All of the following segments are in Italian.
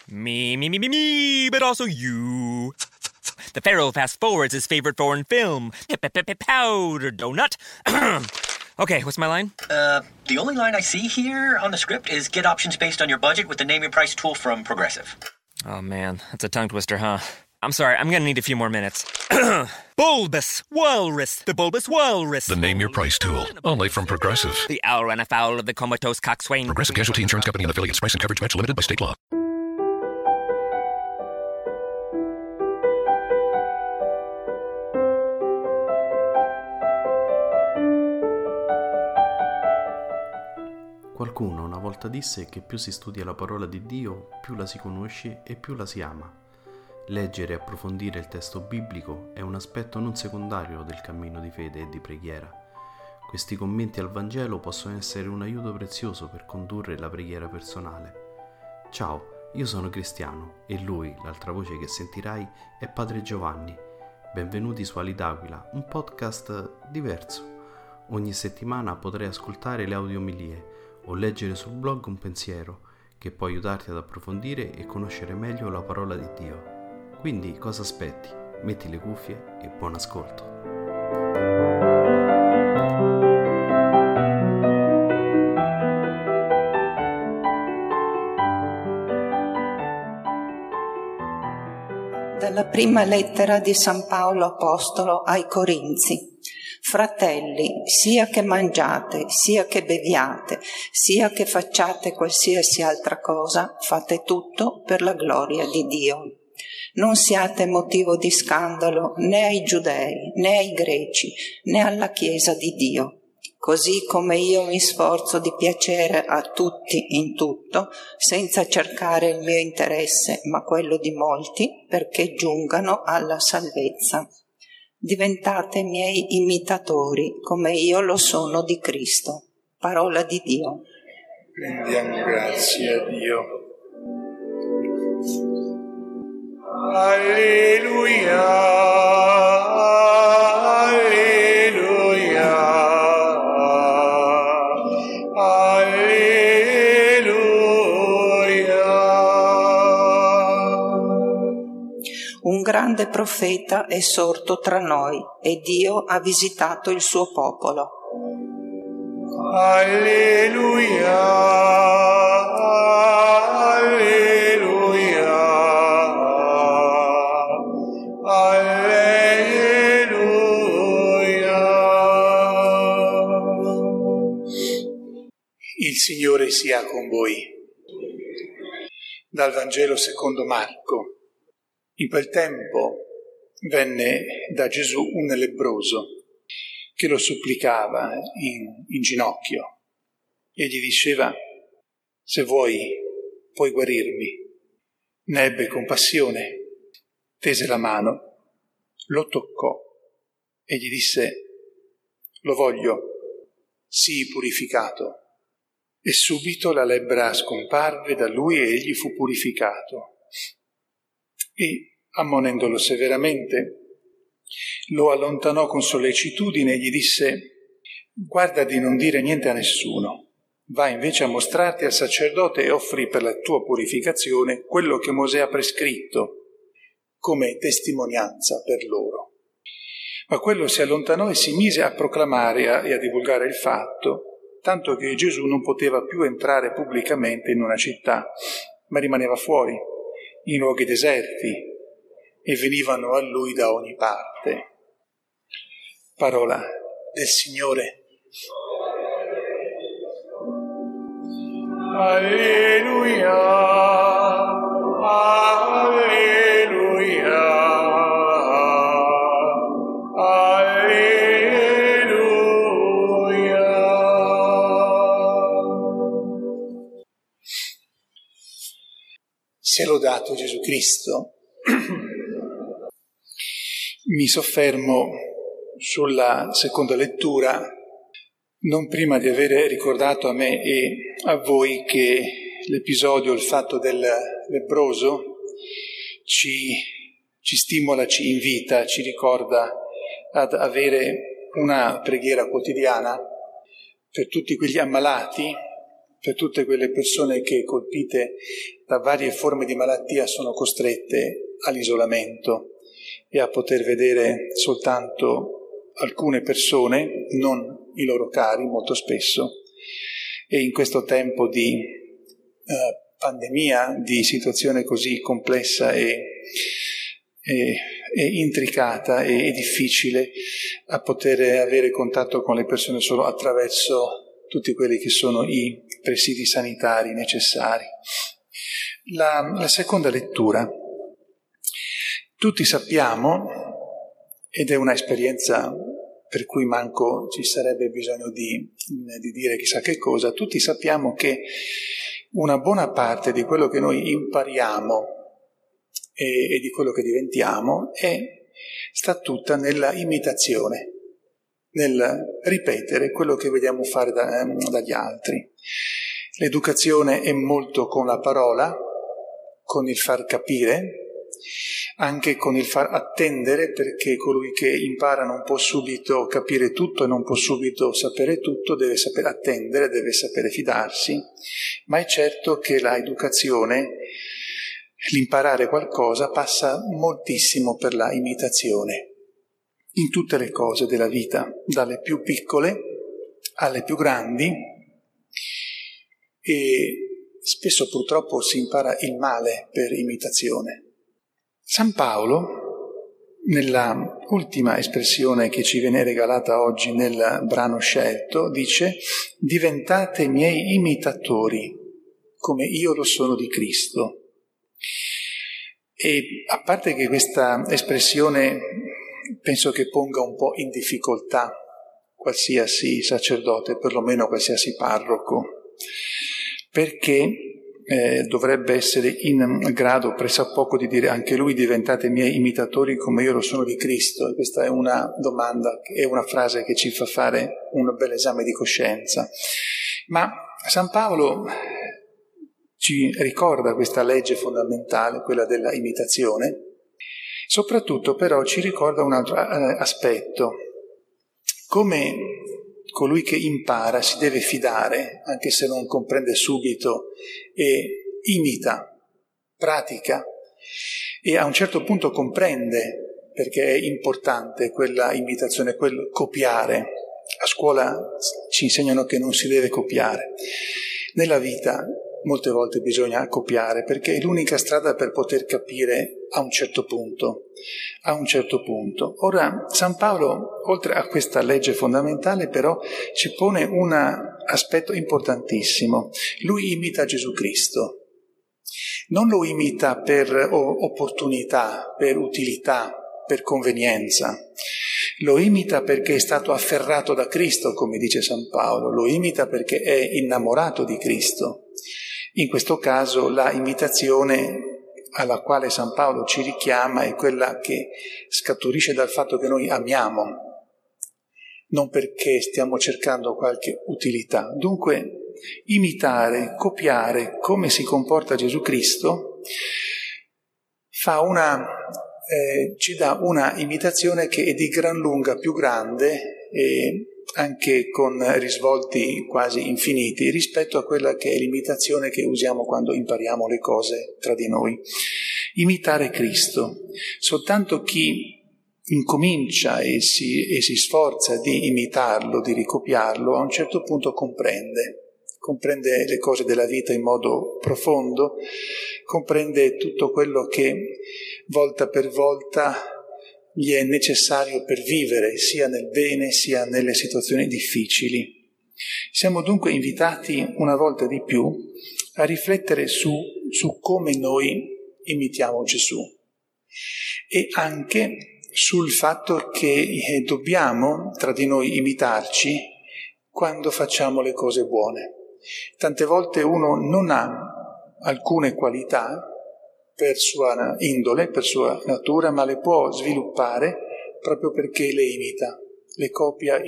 Me, but also you. The Pharaoh fast forwards his favorite foreign film, Powder Donut. Okay, what's my line? The only line I see here on the script is get options based on your budget with the Name Your Price tool from Progressive. Oh man, that's a tongue twister, huh? I'm sorry, I'm gonna need a few more minutes. Bulbous Walrus, the Bulbous Walrus. The Name Your Price tool, only from Progressive. The owl ran afoul of the comatose coxswain. Progressive Casualty Insurance Company and affiliates. Price and coverage match limited by state law. Qualcuno una volta disse che più si studia la parola di Dio, più la si conosce e più la si ama. Leggere e approfondire il testo biblico è un aspetto non secondario del cammino di fede e di preghiera. Questi commenti al Vangelo possono essere un aiuto prezioso per condurre la preghiera personale. Ciao, io sono Cristiano e lui, l'altra voce che sentirai, è Padre Giovanni. Benvenuti su Ali d'Aquila, un podcast diverso. Ogni settimana potrai ascoltare le audiomilie o leggere sul blog un pensiero che può aiutarti ad approfondire e conoscere meglio la parola di Dio. Quindi cosa aspetti? Metti le cuffie e buon ascolto. Dalla prima lettera di San Paolo Apostolo ai Corinzi. Fratelli, sia che mangiate, sia che beviate, sia che facciate qualsiasi altra cosa, fate tutto per la gloria di Dio. Non siate motivo di scandalo né ai giudei, né ai greci, né alla Chiesa di Dio. Così come io mi sforzo di piacere a tutti in tutto, senza cercare il mio interesse, ma quello di molti, perché giungano alla salvezza. Diventate miei imitatori, come io lo sono di Cristo. Parola di Dio. Rendiamo grazie a Dio. Alleluia, alleluia, alleluia. Un grande profeta è sorto tra noi e Dio ha visitato il suo popolo. Alleluia, alleluia, alleluia. Il Signore sia con voi. Dal Vangelo secondo Marco. In quel tempo venne da Gesù un lebbroso che lo supplicava in ginocchio e gli diceva: se vuoi, puoi guarirmi. Ne ebbe compassione, tese la mano, lo toccò e gli disse: lo voglio, sii purificato. E subito la lebbra scomparve da lui e egli fu purificato. E, ammonendolo severamente, lo allontanò con sollecitudine e gli disse: guarda di non dire niente a nessuno, va invece a mostrarti al sacerdote e offri per la tua purificazione quello che Mosè ha prescritto come testimonianza per loro. Ma quello si allontanò e si mise a proclamare e a divulgare il fatto, tanto che Gesù non poteva più entrare pubblicamente in una città, ma rimaneva fuori, in luoghi deserti, e venivano a lui da ogni parte. Parola del Signore. Alleluia, alleluia, alleluia. Sia lodato Gesù Cristo. Mi soffermo sulla seconda lettura, non prima di avere ricordato a me e a voi che l'episodio, il fatto del lebbroso, ci stimola, ci invita, ci ricorda ad avere una preghiera quotidiana per tutti quegli ammalati, per tutte quelle persone che, colpite da varie forme di malattia, sono costrette all'isolamento e a poter vedere soltanto alcune persone, non i loro cari molto spesso. E in questo tempo di pandemia, di situazione così complessa e intricata e difficile, a poter avere contatto con le persone solo attraverso tutti quelli che sono i presidi sanitari necessari. La seconda lettura. Tutti sappiamo, ed è una esperienza per cui manco ci sarebbe bisogno di dire chissà che cosa, tutti sappiamo che una buona parte di quello che noi impariamo e di quello che diventiamo sta tutta nella imitazione, nel ripetere quello che vediamo fare dagli altri. L'educazione è molto con la parola, con il far capire, anche con il far attendere, perché colui che impara non può subito capire tutto e non può subito sapere tutto, deve sapere attendere, deve sapere fidarsi, ma è certo che l'educazione, l'imparare qualcosa, passa moltissimo per la imitazione, in tutte le cose della vita, dalle più piccole alle più grandi, e spesso purtroppo si impara il male per imitazione. San Paolo, nella ultima espressione che ci viene regalata oggi nel brano scelto, dice: diventate miei imitatori, come io lo sono di Cristo. E a parte che questa espressione penso che ponga un po' in difficoltà qualsiasi sacerdote, perlomeno qualsiasi parroco, perché dovrebbe essere in grado pressappoco di dire anche lui: diventate miei imitatori come io lo sono di Cristo. E questa è una domanda, è una frase che ci fa fare un bel esame di coscienza. Ma San Paolo ci ricorda questa legge fondamentale, quella della imitazione. Soprattutto però ci ricorda un altro aspetto: come colui che impara si deve fidare, anche se non comprende subito, e imita, pratica, e a un certo punto comprende, perché è importante quella imitazione, quel copiare. A scuola ci insegnano che non si deve copiare. Nella vita molte volte bisogna copiare, perché è l'unica strada per poter capire a un certo punto. Ora, San Paolo, oltre a questa legge fondamentale, però, ci pone un aspetto importantissimo. Lui imita Gesù Cristo. Non lo imita per opportunità, per utilità, per convenienza. Lo imita perché è stato afferrato da Cristo, come dice San Paolo. Lo imita perché è innamorato di Cristo. In questo caso la imitazione alla quale San Paolo ci richiama è quella che scaturisce dal fatto che noi amiamo, non perché stiamo cercando qualche utilità. Dunque, imitare, copiare come si comporta Gesù Cristo ci dà una imitazione che è di gran lunga più grande e anche con risvolti quasi infiniti rispetto a quella che è l'imitazione che usiamo quando impariamo le cose tra di noi. Imitare Cristo. Soltanto chi incomincia e si sforza di imitarlo, di ricopiarlo, a un certo punto comprende le cose della vita in modo profondo, comprende tutto quello che volta per volta gli è necessario per vivere, sia nel bene sia nelle situazioni difficili. Siamo dunque invitati una volta di più a riflettere su come noi imitiamo Gesù e anche sul fatto che dobbiamo tra di noi imitarci quando facciamo le cose buone. Tante volte uno non ha alcune qualità per sua indole, per sua natura, ma le può sviluppare proprio perché le imita, le copia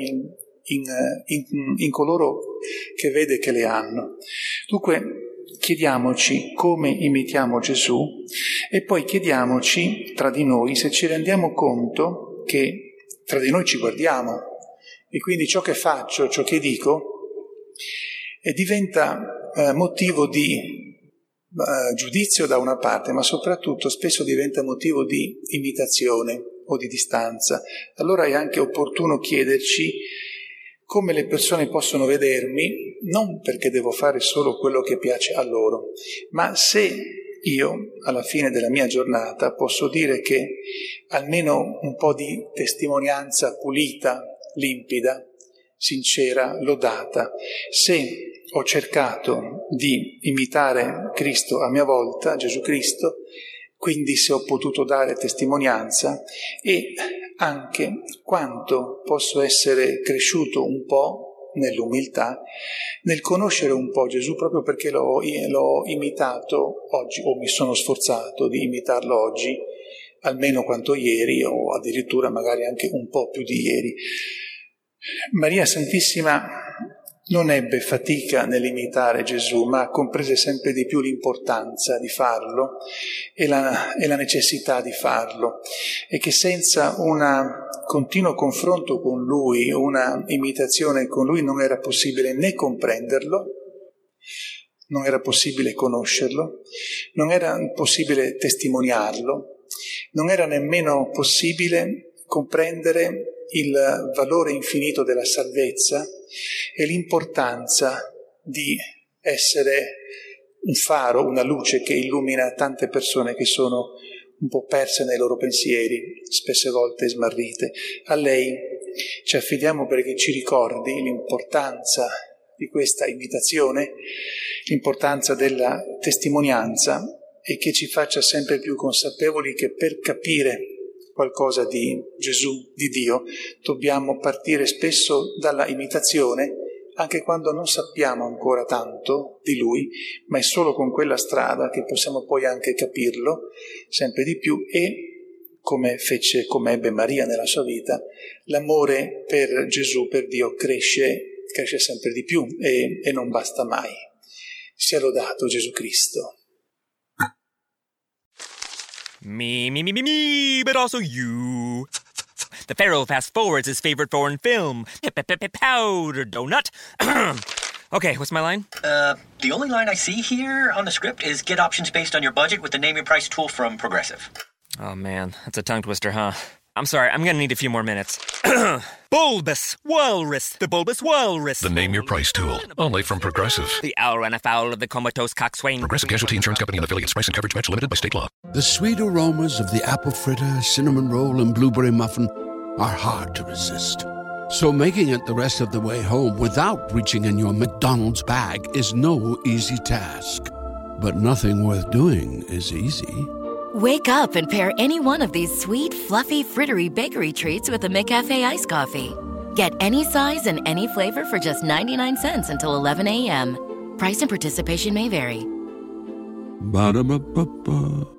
in coloro che vede che le hanno. Dunque chiediamoci come imitiamo Gesù e poi chiediamoci tra di noi se ci rendiamo conto che tra di noi ci guardiamo e quindi ciò che faccio, ciò che dico diventa motivo di giudizio da una parte, ma soprattutto spesso diventa motivo di imitazione o di distanza. Allora è anche opportuno chiederci come le persone possono vedermi, non perché devo fare solo quello che piace a loro, ma se io alla fine della mia giornata posso dire che almeno un po' di testimonianza pulita, limpida, sincera, lodata, se ho cercato di imitare Cristo a mia volta, Gesù Cristo, quindi se ho potuto dare testimonianza, e anche quanto posso essere cresciuto un po' nell'umiltà, nel conoscere un po' Gesù proprio perché l'ho imitato oggi, o mi sono sforzato di imitarlo oggi, almeno quanto ieri, o addirittura magari anche un po' più di ieri. Maria Santissima non ebbe fatica nell'imitare Gesù, ma comprese sempre di più l'importanza di farlo e la necessità di farlo, e che senza un continuo confronto con Lui, una imitazione con Lui, non era possibile né comprenderlo, non era possibile conoscerlo, non era possibile testimoniarlo, non era nemmeno possibile comprendere il valore infinito della salvezza e l'importanza di essere un faro, una luce che illumina tante persone che sono un po' perse nei loro pensieri, spesse volte smarrite. A lei ci affidiamo perché ci ricordi l'importanza di questa imitazione, l'importanza della testimonianza, e che ci faccia sempre più consapevoli che per capire qualcosa di Gesù, di Dio, dobbiamo partire spesso dalla imitazione, anche quando non sappiamo ancora tanto di Lui, ma è solo con quella strada che possiamo poi anche capirlo sempre di più, e come ebbe Maria nella sua vita, l'amore per Gesù, per Dio, cresce sempre di più e non basta mai. Sia lodato Gesù Cristo. Me, but also you. The Pharaoh fast forwards his favorite foreign film, Powder Donut. Okay, what's my line? The only line I see here on the script is get options based on your budget with the Name Your Price tool from Progressive. Oh man, that's a tongue twister, huh? I'm sorry, I'm gonna need a few more minutes. Bulbous Walrus, the Bulbous Walrus. The Name Your Price tool, only from Progressive. The owl ran afoul of the comatose coxswain. Progressive Casualty Insurance Company and affiliates. Price and coverage match limited by state law. The sweet aromas of the apple fritter, cinnamon roll, and blueberry muffin are hard to resist. So making it the rest of the way home without reaching in your McDonald's bag is no easy task. But nothing worth doing is easy. Wake up and pair any one of these sweet, fluffy, frittery bakery treats with a McCafe iced coffee. Get any size and any flavor for just 99 cents until 11 a.m. Price and participation may vary. Ba-da-ba-ba-ba.